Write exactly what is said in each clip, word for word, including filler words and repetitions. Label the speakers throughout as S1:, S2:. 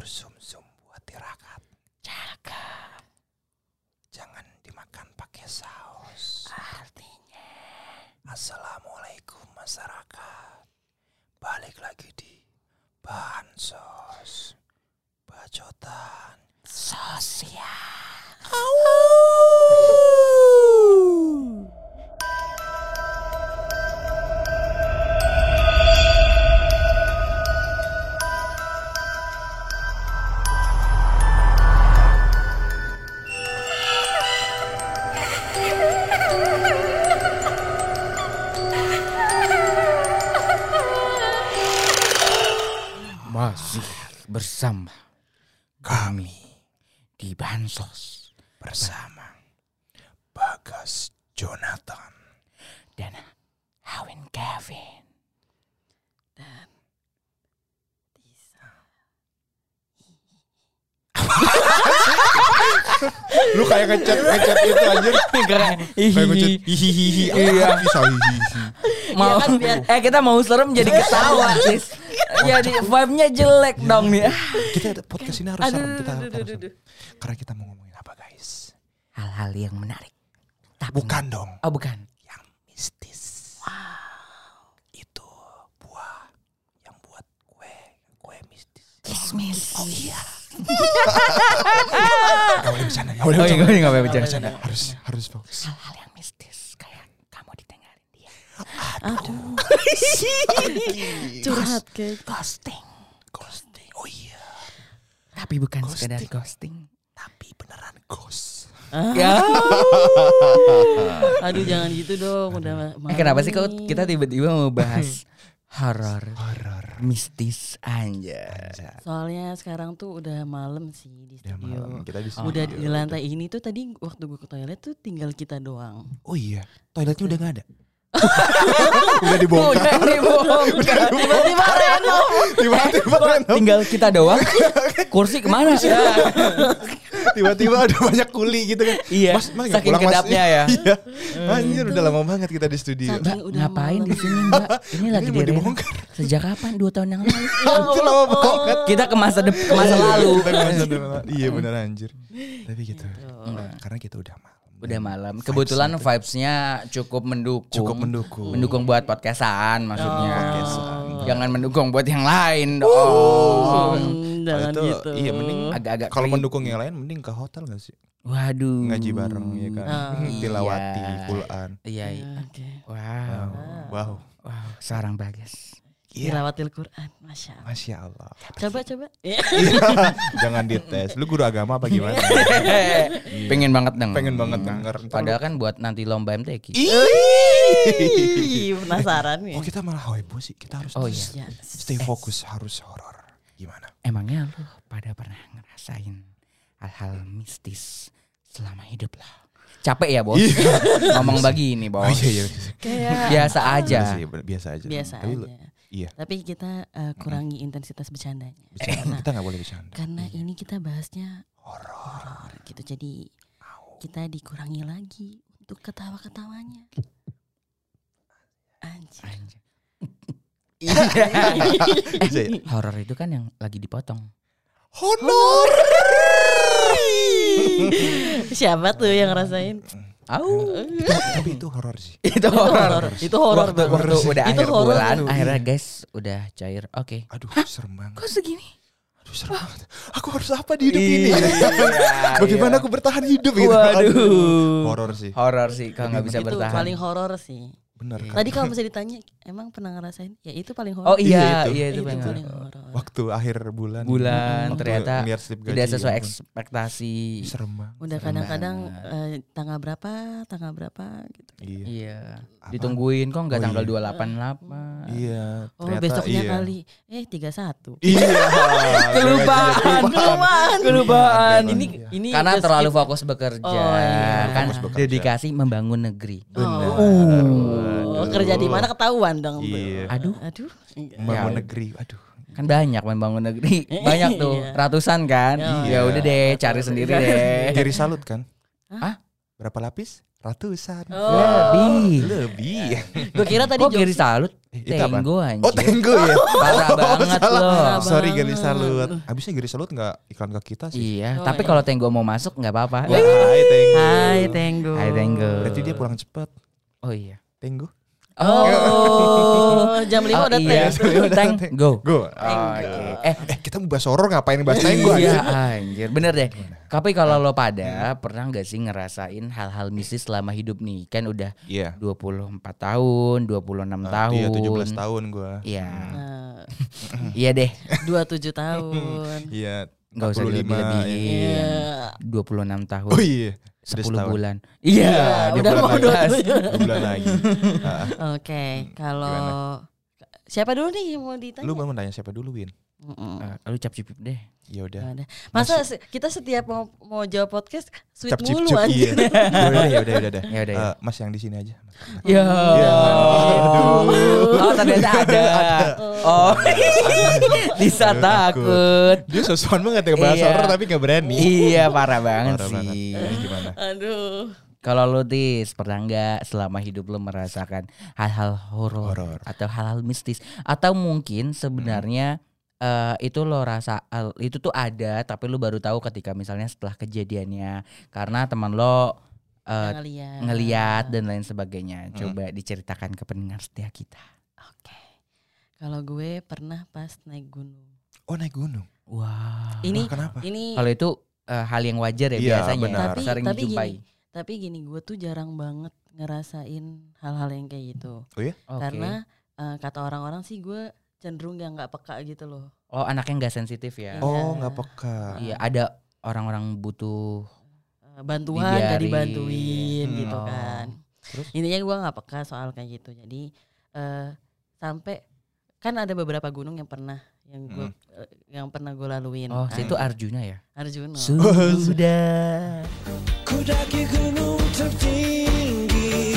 S1: sumsum buat tirakat.
S2: Cakep.
S1: Jangan dimakan pakai saus.
S2: Artinya.
S1: Assalamualaikum masyarakat. Balik lagi di Bansos. Bacotan
S2: Sosial. Masih bersama
S1: kami
S2: di Bansos
S1: bersama Bagas Jonathan
S2: dan Hawin Kevin
S3: Dan Tisa.
S1: Lu kayak ngechat ngechat itu anjir.
S2: Kayak
S1: ngechat hihihi.
S2: Iya.
S1: Bisa hihihi.
S2: Mau
S3: Ya kan, biar-
S2: eh kita mau serem jadi ketawa sis. Jadi vibe-nya jelek dong nih.
S1: Kita podcast ini harus
S3: Aduh,
S1: serem. Kita
S3: aduh,
S1: harus
S3: aduh,
S1: serem.
S3: aduh.
S1: Karena kita mau ngomongin apa guys?
S2: Hal-hal yang menarik. Tapi
S1: Bukan dong.
S2: Oh bukan.
S1: Yang mistis. Itu buah yang buat kue, kue mistis.
S2: Kismis.
S1: Oh iya. Gak boleh bercanda. Gak boleh
S2: Oh iya,
S1: bercanda.
S2: gak boleh bercanda.
S1: Harus harus fokus.
S2: Hal-hal yang mistis kayak kamu didengarin dia.
S3: Aduh. Curhat kayak.
S2: Ghosting.
S1: Ghosting. Oh iya.
S2: Tapi bukan
S1: Ghosting.
S2: sekedar ghosting.
S1: Tapi beneran ghost.
S2: Ya.
S3: Aduh jangan gitu dong. Udah
S2: Eh kenapa sih kok
S3: malam
S2: kita
S3: nih.
S2: tiba-tiba mau bahas horor,
S1: Horor.
S2: mistis aja.
S3: Soalnya sekarang tuh udah malam sih di
S1: Udah
S3: studio.
S1: malam, kita di
S3: Udah
S1: studio.
S3: di lantai ini tuh tadi waktu gue ke toilet tuh tinggal kita doang.
S1: Oh iya, toiletnya udah gak ada. Udah dibongkar.
S2: Udah dibongkar.
S3: Tiba-tiba random.
S1: Tiba-tiba random.
S2: Tinggal kita doang. Kursi kemana?
S1: Tiba-tiba ada banyak kuli gitu kan.
S2: Iya.
S1: Mas, mas, nggak
S2: Saking
S1: pulang, Mas?
S2: kedapnya ya.
S1: Iya. Anjir udah lama banget kita di studio.
S3: Saking-
S2: Mbak,
S3: udah
S2: ngapain
S3: malam.
S2: di sini Mbak? Ini lagi
S1: mau
S2: di reno.
S1: dibongkar.
S2: Sejak kapan? Dua tahun yang lalu.
S1: Anjir lama banget.
S2: Kita ke masa dep- ke masa lalu.
S1: Kita ke masa depan. Iya bener anjir. Tapi gitu.
S2: Enggak.
S1: Karena kita udah malam.
S2: Udah malam. Kebetulan vibes-nya cukup mendukung.
S1: Cukup mendukung.
S2: Mendukung buat podcastan maksudnya.
S1: podcastan.
S2: Jangan mendukung buat yang lain dong.
S3: Hmm, jangan
S1: itu,
S3: gitu.
S1: Iya mending
S2: Agak-agak
S1: kalau
S2: creep.
S1: mendukung yang lain mending ke hotel gak sih?
S2: Waduh.
S1: Ngaji bareng ya kan.
S3: Ah.
S1: Tilawati,
S2: Iya.
S1: Quran.
S2: Iya, iya.
S3: Oke.
S2: Wow.
S1: Wow.
S2: Wow, seorang Bagas.
S1: Iya.
S3: Tilawatil Quran, masya Allah.
S1: Masya Allah.
S3: Coba coba.
S1: Jangan dites. Lu guru agama apa gimana?
S2: Pengen banget denger.
S1: Pengen banget denger.
S2: Padahal kan buat nanti lomba M T Q.
S3: Ih, penasaran nih.
S1: Oh kita malah heboh sih. Kita harus
S2: Oh
S1: terus
S3: Ya.
S1: stay fokus, harus horor. Gimana?
S2: Emangnya lu pada pernah ngerasain hal-hal mistis selama hidup lah? Capek ya bos? Ngomong begini bos.
S1: Oh iya iya.
S3: Kayak
S2: Biasa aja.
S1: Bener sih, bener, biasa aja.
S3: biasa
S1: Tapi lu-
S3: aja.
S1: iya.
S3: Tapi kita uh, kurangi intensitas bercandanya.
S1: Bercanda.
S3: Nah,
S1: Kita nggak boleh bercanda.
S3: karena ini kita bahasnya
S1: Horor.
S3: horor gitu. Jadi kita dikurangi lagi untuk ketawa-ketawanya. Anjir.
S2: Anjir.
S1: Bisa ya?
S2: Horor itu kan yang lagi dipotong.
S1: Honor.
S3: Siapa tuh yang ngerasain?
S2: Au.
S1: Tapi itu horor sih.
S2: Itu
S3: Horor.
S2: horor.
S3: Itu horor
S2: Waktu,
S3: banget.
S2: waktu udah
S3: Itu
S2: akhir
S3: horor
S2: bulan,
S3: tuh.
S2: akhirnya guys udah cair. Oke.
S1: Aduh serem banget.
S2: Kok segini?
S1: Aduh serem banget. Aku harus apa di hidup ini?
S2: Iya,
S1: Bagaimana
S2: iya.
S1: aku bertahan hidup gitu?
S2: Waduh.
S1: Horor sih.
S2: Horor sih kalau nggak bisa
S3: Itu
S2: bertahan.
S3: paling horor sih.
S1: Bener kan?
S3: Tadi kalau misalnya ditanya, emang pernah ngerasain? Ya itu paling horor.
S2: Oh
S1: Iya,
S2: iya,
S1: itu.
S2: iya itu
S3: itu
S2: paling
S3: paling
S2: horor.
S3: horor.
S1: Waktu akhir bulan.
S2: Bulan
S1: Waktu
S2: ternyata
S1: ngeliat slip gaji,
S2: tidak sesuai
S1: ya ampun.
S2: ekspektasi.
S1: Serem banget.
S3: Udah
S2: Serem
S3: kadang-kadang
S2: banget.
S3: eh, tanggal berapa, tanggal berapa gitu.
S1: Iya.
S2: Iya.
S1: Apa?
S2: Ditungguin kok nggak
S1: Oh,
S2: tanggal
S1: iya.
S2: dua puluh delapan delapan.
S1: Iya.
S3: Oh
S1: ternyata
S3: besoknya
S1: iya.
S3: kali, eh tiga puluh satu.
S1: Iya.
S2: Kelupaan.
S3: Kelupaan.
S2: Kelupaan.
S3: Ini ini
S2: Karena
S3: udah
S2: terlalu
S3: skip.
S2: fokus bekerja.
S3: Oh, iya.
S2: Kan
S1: Fokus bekerja.
S2: dedikasi membangun negeri.
S1: Benar.
S3: Oh, kerja di mana ketahuan dong tuh.
S1: Iya.
S2: Aduh,
S3: Aduh.
S1: Membangun
S2: Ya.
S1: negeri. Aduh.
S2: kan banyak membangun negeri. Banyak tuh,
S3: Iya.
S2: ratusan kan.
S3: Oh,
S2: Ya
S1: iya.
S2: udah deh, cari sendiri deh.
S1: Kiri salut kan?
S2: Hah?
S1: Berapa lapis? ratusan.
S3: Oh.
S2: Lebih.
S1: Lebih.
S3: Gue kira tadi
S2: Kok Gary
S3: jokes.
S2: Salut?
S1: Eh, itu apa?
S2: Tenggo anjir.
S1: Oh Tenggo ya.
S2: Parah
S1: Oh,
S2: banget
S1: salah.
S2: loh.
S3: Parah
S1: Sorry
S3: banget.
S1: Gary Salut. Abisnya Gary Salut nggak iklan ke kita sih.
S2: Iya,
S3: Oh,
S2: tapi
S3: iya.
S2: kalau Tenggo mau masuk nggak apa-apa.
S1: Wah, hai Tenggo.
S3: Hai Tenggo.
S2: Hai Tenggo.
S1: Berarti dia pulang cepet.
S2: Oh iya.
S1: Tenggo.
S3: Oh, jam lima
S2: Oh,
S3: udah
S2: iya.
S3: Tenggo.
S2: Tenggo.
S1: Go.
S2: Oh, oke. Eh,
S1: Eh kita mau bahas horor ngapain bahas Tenggo
S2: iya
S1: aja?
S2: anjir, bener deh. Tapi kalau lo pada pernah nggak sih ngerasain hal-hal mistis selama hidup nih? Kan udah
S1: Iya.
S2: dua puluh empat tahun, dua puluh enam
S1: Ah,
S2: tahun.
S1: Iya tujuh belas tahun gue.
S2: Iya.
S3: Nah,
S2: Iya deh.
S3: dua puluh tujuh tahun.
S1: Iya.
S2: Nggak usah
S1: empat puluh lima,
S2: dilebih-lebihin.
S3: Iya.
S2: dua puluh enam tahun.
S1: Oh iya.
S2: sepuluh
S1: setahun.
S2: bulan. Iya,
S3: Iya,
S2: dua
S3: udah
S2: bulan
S3: mau
S2: lagi.
S3: dua puluh tujuh.
S1: Dua bulan lagi. Ah,
S3: Oke, kalau siapa dulu nih yang mau ditanya?
S1: Lu mau nanya siapa dulu Win?
S3: Mm-mm.
S2: Eh, lu cap cipip deh.
S1: Ya udah.
S3: Nggak ada. Masa se- kita setiap mau mau jawab podcast sweet
S1: Cap cip
S3: mulu
S1: cip
S3: anjir.
S1: iya. Ya udah ya udah ya udah.
S2: Ya udah ya.
S1: Eh, Mas yang di sini aja.
S2: Ya.
S1: Ya.
S2: Oh, ternyata ada. Oh. Bisa
S1: Aduh,
S2: takut.
S1: Dia sosokan banget ya bahas
S2: Iya.
S1: horor tapi gak berani.
S2: Iya, parah banget
S1: Parah banget.
S2: sih.
S1: Eh, Gimana?
S3: Aduh.
S2: Kalau lu Tis, pernah nggak selama hidup lu merasakan hal-hal horor
S1: Horor.
S2: atau hal-hal mistis atau mungkin sebenarnya eh, itu lo rasa al- itu tuh ada tapi lu baru tahu ketika misalnya setelah kejadiannya karena teman lo eh,
S3: Ngeliat.
S2: ngeliat dan lain sebagainya. Coba diceritakan ke pendengar setia kita.
S3: Oke. Kalau gue pernah pas naik gunung.
S1: Oh naik gunung.
S2: Wah.
S3: Ini
S1: Wah, kenapa?
S3: ini
S2: Kalau itu eh, hal yang wajar ya
S1: Iya,
S2: biasanya.
S1: benar.
S3: tapi
S2: Sering
S3: tapi
S2: dijumpai.
S3: gini, tapi gini gue tuh jarang banget ngerasain hal-hal yang kayak gitu.
S1: Oh ya?
S2: Oke.
S3: Karena eh, kata orang-orang sih gue cenderung yang nggak peka gitu loh.
S2: Oh, anaknya nggak sensitif ya.
S3: Iya.
S1: Oh nggak peka.
S2: Iya, ada orang-orang butuh.
S3: Eh, bantuan gak
S2: Dibiarin.
S3: dibantuin
S1: Hmm.
S3: gitu
S2: Oh.
S3: kan.
S1: Terus?
S3: Intinya gue nggak peka soal kayak gitu. Jadi eh, sampai kan ada beberapa gunung yang pernah yang gue eh, yang pernah gue laluin.
S2: Oh,
S3: kan.
S2: situ Arjuna ya.
S3: Arjuna.
S2: Sudah.
S4: Kudaki gunung tertinggi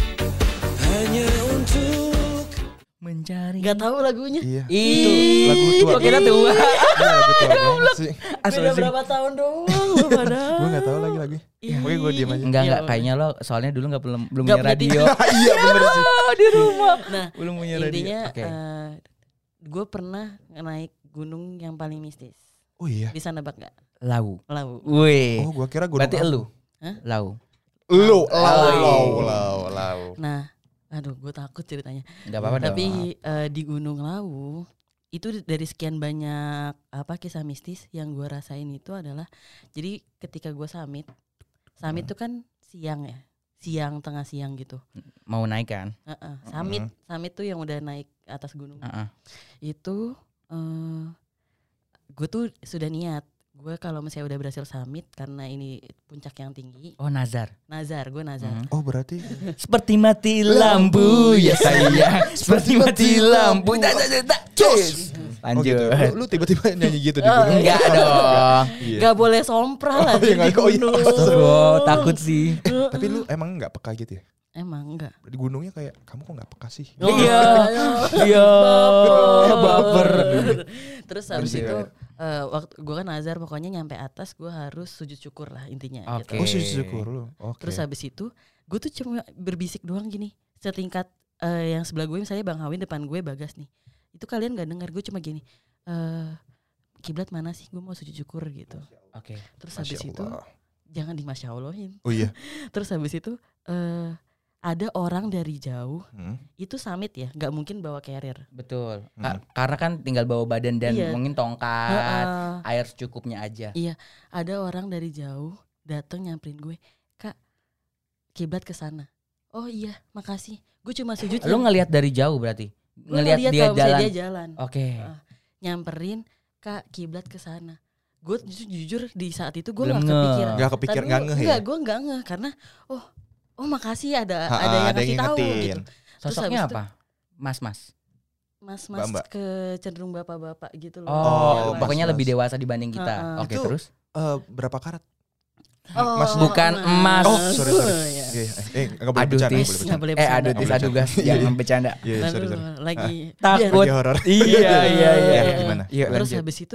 S4: hanya untuk
S2: Mencari.
S3: Gak tahu lagunya.
S1: Iya.
S2: Ih,
S1: lagu tua.
S2: Gua kira tua.
S1: Iya lagu tua banget sih.
S3: Beda berapa tahun doang lu pada.
S1: Gue nggak tahu lagi lagi.
S3: Ih.
S1: Pokoknya gue diem aja.
S2: Enggak
S3: Iya,
S2: enggak
S3: udah.
S2: kayaknya lo soalnya dulu enggak belum belum
S3: Nggak
S2: punya
S3: punya
S2: radio.
S1: Iya bener sih.
S2: di rumah.
S3: Nah,
S2: Belum punya radio.
S3: intinya
S2: Oke.
S3: gue pernah naik gunung yang paling mistis.
S1: Oh iya.
S3: Bisa nebak gak?
S2: Lau.
S3: Lau.
S2: Wih.
S1: Oh gue kira gunung.
S2: Berarti
S1: apa?
S2: elu.
S3: Hah?
S2: Lau.
S1: Lu, lau,
S2: Oh, iya.
S1: lau, lau, lau.
S3: Nah, aduh gue takut ceritanya.
S2: Enggak apa-apa dong.
S3: Tapi eh, di Gunung Lawu itu dari sekian banyak apa kisah mistis yang gue rasain itu adalah jadi ketika gue summit, summit itu kan siang ya, siang tengah siang gitu.
S2: Mau naik kan?
S3: Heeh, summit, summit tuh yang udah naik atas gunung.
S2: Heeh.
S3: Itu eh gue tuh sudah niat gue kalau misalnya udah berhasil summit karena ini puncak yang tinggi,
S2: Oh, nazar.
S3: nazar gue nazar.
S2: Mhm.
S1: Oh berarti
S2: Seperti mati lampu ya sayang. Seperti mati lampu. Tak tak tak, tak.
S1: Cus. Oh gitu.
S2: Lanjut.
S1: Lu, lu tiba-tiba nyanyi gitu di
S3: Oh,
S1: gunung.
S2: Enggak dong.
S1: Iya.
S3: Gak boleh sompral
S1: Oh,
S3: lagi
S1: iya,
S3: di
S1: nggak- oh, iya.
S3: gunung.
S2: Astagfirullah, takut sih.
S1: Tapi lu emang nggak peka gitu ya?
S3: Emang enggak.
S1: Di gunungnya kayak kamu kok nggak peka sih?
S2: Iya. Iya. Baper.
S3: Terus habis
S1: Bersih,
S3: itu
S1: kan?
S3: eh, waktu gue kan nazar pokoknya nyampe atas gue harus sujud syukur lah intinya.
S2: Oke.
S1: Oh
S3: Gitu.
S1: sujud syukur lu. Oke.
S3: Terus habis itu gue tuh cuma berbisik doang gini setingkat eh, yang sebelah gue misalnya Bang Hawin depan gue Bagas nih. Itu kalian nggak dengar gue cuma gini. eh kiblat mana sih gue mau sujud syukur gitu.
S2: Oke.
S3: Terus
S1: Masya
S3: habis itu
S1: Allah.
S3: jangan di Masya Allahin.
S1: Oh iya.
S3: Terus habis itu eh ada orang dari jauh
S1: Hmm.
S3: itu summit ya nggak mungkin bawa carrier.
S2: Betul.
S1: Hmm.
S2: Ka- karena kan tinggal bawa badan dan
S3: Iya.
S2: mungkin tongkat,
S3: Heeh.
S2: air secukupnya aja.
S3: Ada orang dari jauh datang nyamperin gue, Kak, kiblat ke sana. Oh iya, makasih. Gue cuma sujud.
S2: Lu
S3: yang-
S2: ngelihat dari jauh berarti?
S3: Gue
S2: Ngelihat
S3: ngeliat
S2: dia
S3: kalau misalnya
S2: jalan.
S3: dia jalan.
S2: Oke.
S3: Ah. Nyamperin, Kak, kiblat ke sana. Gue jujur, jujur di saat itu gue
S2: Belum
S3: nggak
S2: ngeh.
S3: kepikiran.
S1: Nggak kepikir,
S3: Tadi
S1: nggak
S3: gua-
S1: ngeh ya?
S3: Enggak, gue nggak ngeh karena oh oh makasih ada
S1: Ha-ha,
S3: ada yang
S1: ada yang
S3: ngasih tahu
S1: ngingetin.
S3: gitu. Terus
S2: Sosoknya
S3: habis itu-
S2: apa? Mas-mas.
S3: Mas-mas
S1: Mbak-mbak.
S3: ke cenderung bapak-bapak gitu loh.
S2: Oh,
S1: Oh,
S2: pokoknya
S1: mas-mas.
S2: lebih dewasa dibanding kita.
S3: Ha-ha.
S2: Oke,
S1: Itu-
S2: terus?
S1: Eh, berapa karat?
S3: Oh,
S1: Mas-
S2: bukan emas.
S1: Oh sorry sorry.
S3: Iya.
S1: Iya, Eh nggak boleh
S2: Aduh,
S1: bercanda.
S2: Tis.
S1: Nggak boleh
S3: Nggak boleh
S2: Eh,
S3: bercanda.
S2: aduh tis, aduh gas, jangan bercanda.
S1: Iya
S3: Lalu
S1: sorry sorry.
S3: lagi
S2: Takut.
S3: biar-
S1: Lagi horor.
S2: Iya, iya, iya.
S1: Ya gimana?
S2: Iya,
S3: Terus
S2: lanjut.
S3: habis itu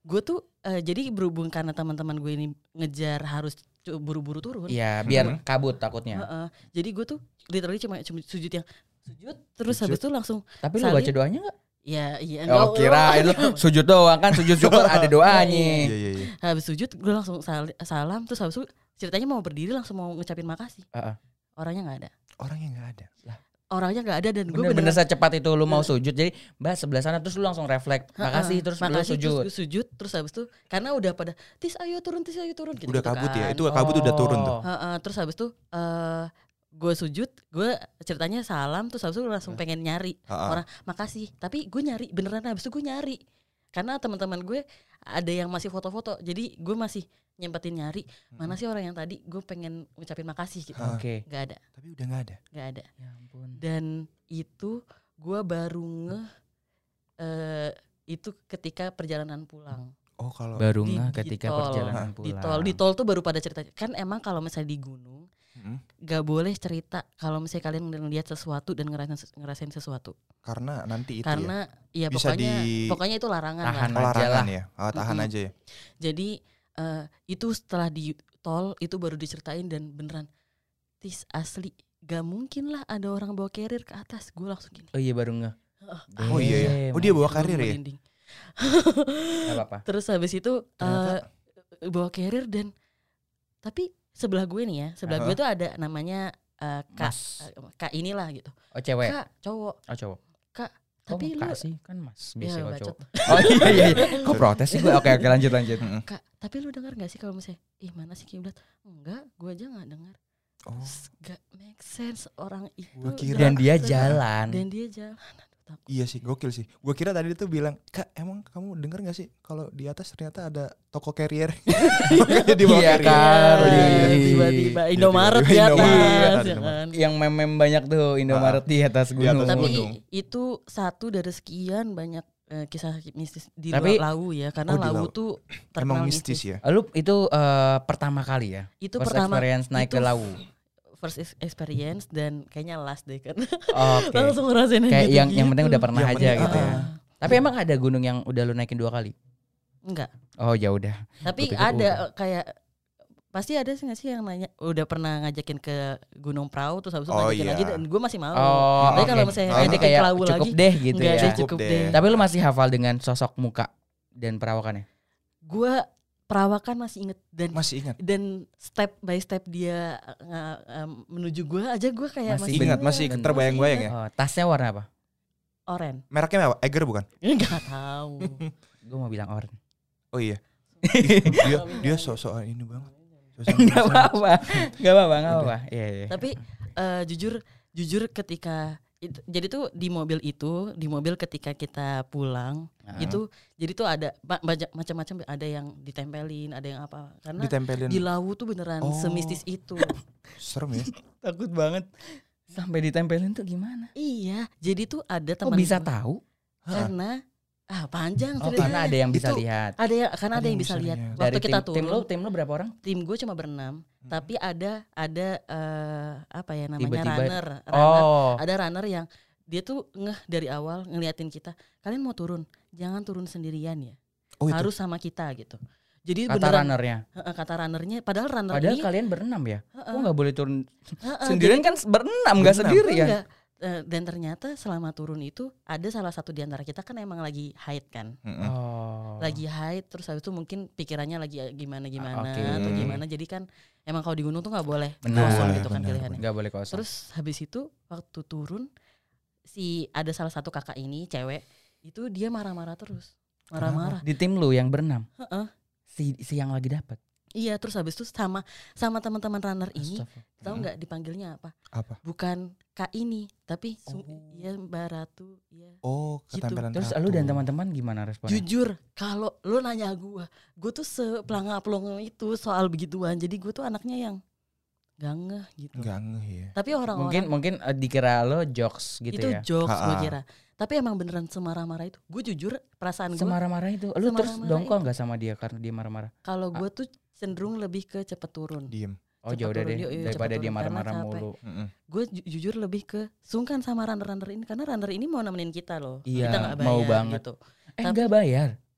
S3: gue tuh uh, jadi berhubung karena teman-teman gue ini ngejar harus cu- buru-buru turun.
S2: Iya, biar kabut takutnya.
S3: Uh-uh. Jadi gue tuh literally cuma, cuma sujud yang sujud terus habis itu langsung
S2: Tapi lu
S3: salin.
S2: baca doanya enggak?
S3: ya iya
S2: Oh,
S3: enggak-
S2: kirain lu sujud doang kan, sujud syukur ada doanya.
S1: Iya iya iya.
S3: habis sujud gue langsung sal- salam terus habis itu ceritanya mau berdiri langsung mau ngucapin makasih.
S2: Heeh.
S3: Orangnya nggak ada.
S1: Orangnya nggak ada. Lah,
S3: Orangnya nggak ada dan gue
S2: Bener-bener
S3: beneran
S2: secepat itu lu mau sujud. Jadi Mbak sebelah sana terus lu langsung refleks. Makasih terus lu
S3: makasih,
S2: sujud.
S3: terus gue sujud terus habis itu karena udah pada tis ayo turun tis ayo turun gitu,
S1: udah kabut ya.
S3: kan.
S1: Itu kabut udah turun tuh.
S2: Oh.
S3: Heeh, terus habis itu eh gue sujud, gue ceritanya salam terus habis itu langsung pengen nyari
S1: Ha-ha.
S3: orang makasih, tapi gue nyari beneran habis itu gue nyari karena teman-teman gue ada yang masih foto-foto, jadi gue masih nyempetin nyari mana sih orang yang tadi gue pengen ngucapin makasih gitu.
S1: Ha.
S2: Oke.
S3: Nggak ada,
S1: Tapi udah nggak ada.
S3: nggak ada.
S2: Ya ampun.
S3: Dan itu gue baru ngeh eh, itu ketika perjalanan pulang.
S1: Oh kalau
S2: Baru
S3: Di-
S2: nggak
S3: di
S2: ketika
S3: tol.
S2: perjalanan
S3: Di
S2: pulang.
S3: tol, di tol tuh baru pada cerita. Kan emang kalau misalnya di gunung
S1: Mm-mm.
S3: gak boleh cerita kalau misalnya kalian ngelihat sesuatu dan ngerasain ngerasain sesuatu.
S1: karena nanti itu
S3: Karena ya,
S1: Bisa
S3: pokoknya
S1: di-
S3: pokoknya itu larangan
S2: Tahan
S1: ya.
S3: lah.
S2: aja
S1: Larangan
S2: lah.
S1: ya. Oh, tahan
S3: Mm-mm.
S1: aja ya.
S3: Jadi eh, itu setelah di tol itu baru diceritain dan beneran tis asli gak mungkin lah ada orang bawa carrier ke atas. Gue langsung gini.
S2: Oh iya baru nggak.
S1: Oh iya ya. Oh dia bawa karir ya.
S3: Merinding.
S2: Gak apa-apa.
S3: Terus habis itu
S1: Ternyata-
S3: eh, bawa carrier dan tapi sebelah gue nih ya, sebelah
S1: Aha.
S3: gue tuh ada namanya eh, kak
S2: Mas.
S3: eh, kak inilah gitu.
S2: Oh cewek.
S3: Kak cowok.
S2: Oh cowok.
S3: Kak,
S2: Kok
S3: tapi lu
S2: kak sih kan mas
S3: ya
S2: biasa kalau
S3: bacot.
S2: cowok. Oh iya iya. iya. Kok protes sih gue? Oke oke lanjut lanjut.
S3: Kak, tapi lu dengar gak sih kalau misalnya ih mana sih kiblat? Enggak, gue aja nggak dengar.
S1: Oh.
S3: Gak make sense orang itu.
S1: Gua kira-
S2: Dan dia
S3: datang-
S2: jalan.
S3: Dan dia jalan. Aduh, takut.
S1: Iya sih, gokil sih. Gua kira tadi tuh bilang, "Kak, emang kamu denger gak sih kalau di atas ternyata ada toko carrier?" Makanya di bawah
S2: Iya
S1: carrier.
S2: kan.
S1: Oh, iya, iya.
S3: Tiba-tiba
S1: Iya,
S3: Indomaret di
S1: tiba-tiba
S3: atas.
S1: Indomaret.
S3: ya kan?
S2: Yang mem-mem banyak tuh Indomaret di atas
S1: Di
S2: gunung.
S1: atas
S3: Tapi
S1: gunung.
S3: itu satu dari sekian banyak eh, kisah mistis di
S2: Tapi-
S3: luar Lawu ya, karena
S1: Oh, di
S3: Lawu
S1: Lawu.
S3: tuh
S1: Emang
S3: terkenal
S1: mistis ya.
S2: Lu itu eh, pertama kali ya?
S3: Itu
S2: First
S3: pertama
S2: experience naik
S3: itu
S2: ke Lawu.
S3: first ex- experience dan kayaknya last deh kan.
S2: Oke.
S3: Langsung ngerasain
S2: Kayak
S3: gitu
S2: yang yang penting udah pernah
S1: Yang
S2: aja
S1: penting-
S2: gitu ya.
S3: Ah.
S2: Tapi emang ada gunung yang udah lu naikin dua kali?
S3: Enggak.
S2: Oh ya udah.
S3: Tapi
S2: Gua pikir
S3: ada
S2: udah.
S3: kayak pasti ada sih nggak sih yang nanya udah pernah ngajakin ke Gunung Prau terus habis itu
S1: Oh,
S3: ngajakin
S1: iya.
S3: lagi dan gue masih mau.
S2: Oh,
S3: Tapi
S2: oke.
S3: kalau misalnya
S1: Oh,
S2: Jadi
S3: ngajakin
S2: kayak
S3: ke Lawu
S2: cukup
S3: lagi
S2: deh gitu
S3: enggak
S2: ya.
S3: deh,
S1: Cukup
S3: cukup
S1: deh.
S3: deh.
S2: Tapi lu masih hafal dengan sosok muka dan perawakannya?
S3: Gue perawakan masih inget dan
S1: Masih ingat.
S3: dan step by step dia uh, uh, menuju gue aja gue kayak
S2: Masih
S3: masih,
S1: Ingat, masih
S2: bener.
S1: terbayang-bayang ya.
S2: Oh, tasnya warna apa?
S3: Oren.
S1: Mereknya apa? Eger bukan?
S3: Enggak tahu.
S2: Gue mau bilang oranye.
S1: Oh iya. dia dia sok-sokan ini banget. Sok-sokan
S2: Enggak
S1: banget.
S2: apa-apa. Enggak apa-apa, enggak apa-apa. Iya, iya.
S3: Tapi eh, jujur jujur ketika itu, jadi tuh di mobil itu di mobil ketika kita pulang
S2: Nah.
S3: itu jadi tuh ada ba- banyak macam-macam, ada yang ditempelin, ada yang apa karena
S1: Ditempelin.
S3: di Lawu tuh beneran
S1: Oh.
S3: semistis itu.
S1: Serem ya.
S2: takut banget. Sampai ditempelin tuh gimana?
S3: Iya, jadi tuh ada
S2: Kok
S3: teman
S2: bisa
S3: gua-
S2: tahu?
S3: karena ah panjang
S2: Oh,
S3: ceritanya.
S2: karena ada yang bisa
S1: Itu-
S2: lihat.
S3: Ada ya, karena ada yang bisa lihat.
S1: lihat.
S3: Waktu
S2: Dari
S3: kita
S2: tim, tim
S3: turun,
S2: lu, tim lu berapa orang?
S3: tim gue cuma berenam,
S1: Hmm.
S3: tapi ada ada eh, apa ya namanya
S2: Tiba-tiba-
S3: runner, runner.
S2: Oh.
S3: Ada runner yang dia tuh ngeh dari awal ngeliatin kita, kalian mau turun, jangan turun sendirian ya,
S1: Oh itu.
S3: harus sama kita gitu. Jadi
S2: Kata
S3: beneran
S2: runnernya.
S3: heeh, kata runnernya, padahal runner
S2: Padahal
S3: ini
S2: kalian berenam ya?
S3: heeh,
S2: Kok nggak boleh turun
S3: heeh,
S2: sendirian
S3: jadi
S2: kan berenam nggak
S1: Berenam.
S2: sendiri ya?
S3: enggak. Eh, dan ternyata selama turun itu ada salah satu di antara kita kan emang lagi haid kan,
S1: Mm-mm.
S2: Oh.
S3: lagi haid terus habis itu mungkin pikirannya lagi gimana gimana
S2: Ah, oke.
S3: atau gimana, jadi kan emang kalau di gunung tuh nggak boleh
S2: Benar,
S3: kosong gitu kan
S1: benar,
S3: pilihannya.
S2: nggak boleh kosong.
S3: Terus habis itu waktu turun si ada salah satu kakak ini cewek itu dia marah-marah terus, marah-marah.
S2: Di tim lu yang berenam.
S3: Heeh.
S2: Si si yang lagi dapat.
S3: Iya, terus habis itu sama sama teman-teman runner ini
S2: Astagfirullah.
S3: tahu nggak dipanggilnya apa?
S1: Apa?
S3: Bukan Kak ini, tapi su-
S1: Oh.
S3: ya Mbak Ratu, ya.
S1: Oh,
S3: Gitu.
S1: ketempelan
S2: Terus
S1: ratu.
S2: lu dan teman-teman gimana responnya?
S3: Jujur, kalau lu nanya gua, gua tuh sepelanga-pelongo itu soal begituan. Jadi gua tuh anaknya yang gak ngeh gitu.
S1: Enggak ngeh ya.
S3: Tapi orang-orang
S2: Mungkin mungkin eh, dikira lo jokes gitu
S3: itu
S2: ya.
S3: jokes gua
S1: Ha-ha.
S3: kira. Tapi emang beneran semarah-marah itu. Gue jujur perasaan gua
S2: Semarah-marah itu. Lu terus
S3: Semarah-marah
S2: dongkol
S3: itu.
S2: nggak sama dia karena dia marah-marah?
S3: kalau gua tuh cenderung lebih ke cepet turun.
S1: Diem.
S2: Oh
S3: Cepet
S2: jauh udah
S3: turun,
S2: deh
S3: yuk, yuk,
S2: daripada
S3: cepet
S2: dia
S3: turun,
S2: marah-marah
S3: karena capek.
S2: mulu.
S1: Mm-mm.
S3: Gue ju- jujur lebih ke sungkan sama runner-runner ini karena runner ini mau nemenin kita loh.
S2: Iya,
S3: Kita nggak
S2: mau
S3: bayar
S2: banget.
S3: gitu.
S2: Eh
S3: Tapi-
S2: nggak bayar.